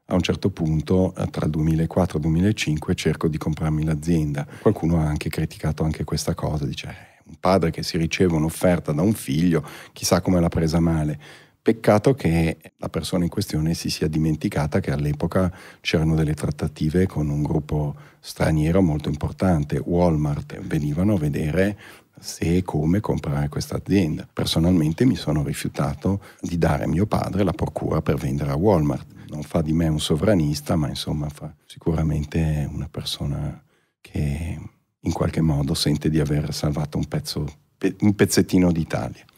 A un certo punto, tra il 2004 e il 2005, cerco di comprarmi l'azienda. Qualcuno ha anche criticato anche questa cosa, dice un padre che si riceve un'offerta da un figlio, chissà come l'ha presa male. Peccato che la persona in questione si sia dimenticata che all'epoca c'erano delle trattative con un gruppo straniero molto importante, Walmart. Venivano a vedere se e come comprare questa azienda. Personalmente mi sono rifiutato di dare a mio padre la procura per vendere a Walmart. Non fa di me un sovranista, ma insomma fa sicuramente una persona che in qualche modo sente di aver salvato un pezzettino d'Italia.